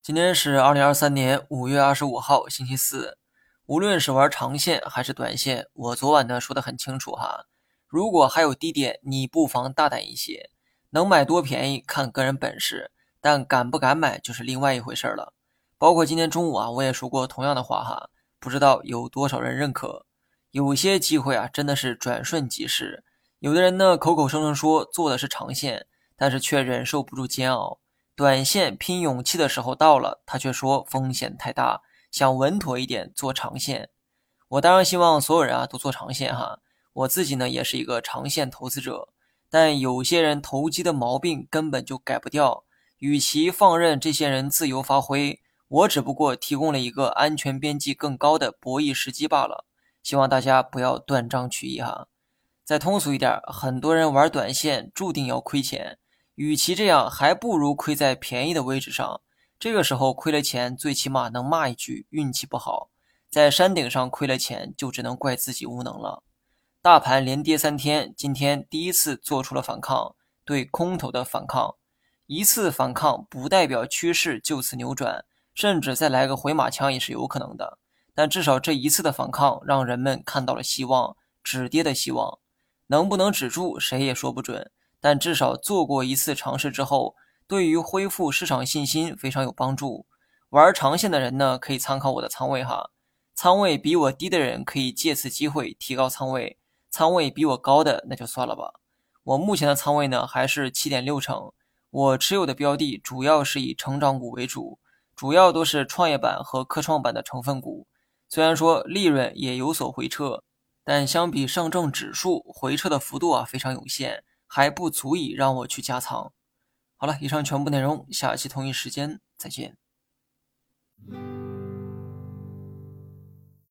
今天是2023年5月25号，星期四。无论是玩长线还是短线，我昨晚呢说得很清楚哈。如果还有低点，你不妨大胆一些，能买多便宜看个人本事，但敢不敢买就是另外一回事了。包括今天中午啊，我也说过同样的话哈，不知道有多少人认可。有些机会啊，真的是转瞬即逝。有的人呢，口口声声说做的是长线，但是却忍受不住煎熬。短线拼勇气的时候到了，他却说风险太大，想稳妥一点做长线。我当然希望所有人啊都做长线哈，我自己呢也是一个长线投资者，但有些人投机的毛病根本就改不掉，与其放任这些人自由发挥，我只不过提供了一个安全边际更高的博弈时机罢了，希望大家不要断章取义哈。再通俗一点，很多人玩短线注定要亏钱，与其这样，还不如亏在便宜的位置上。这个时候亏了钱，最起码能骂一句运气不好。在山顶上亏了钱，就只能怪自己无能了。大盘连跌3天，今天第一次做出了反抗，对空头的反抗。一次反抗不代表趋势就此扭转，甚至再来个回马枪也是有可能的。但至少这一次的反抗，让人们看到了希望，止跌的希望。能不能止住，谁也说不准。但至少做过一次尝试之后，对于恢复市场信心非常有帮助。玩长线的人呢，可以参考我的仓位哈。仓位比我低的人可以借此机会提高仓位，仓位比我高的那就算了吧。我目前的仓位呢还是7.6成，我持有的标的主要是以成长股为主，主要都是创业板和科创板的成分股。虽然说利润也有所回撤，但相比上证指数回撤的幅度啊非常有限，还不足以让我去加仓。好了，以上全部内容，下期同一时间再见。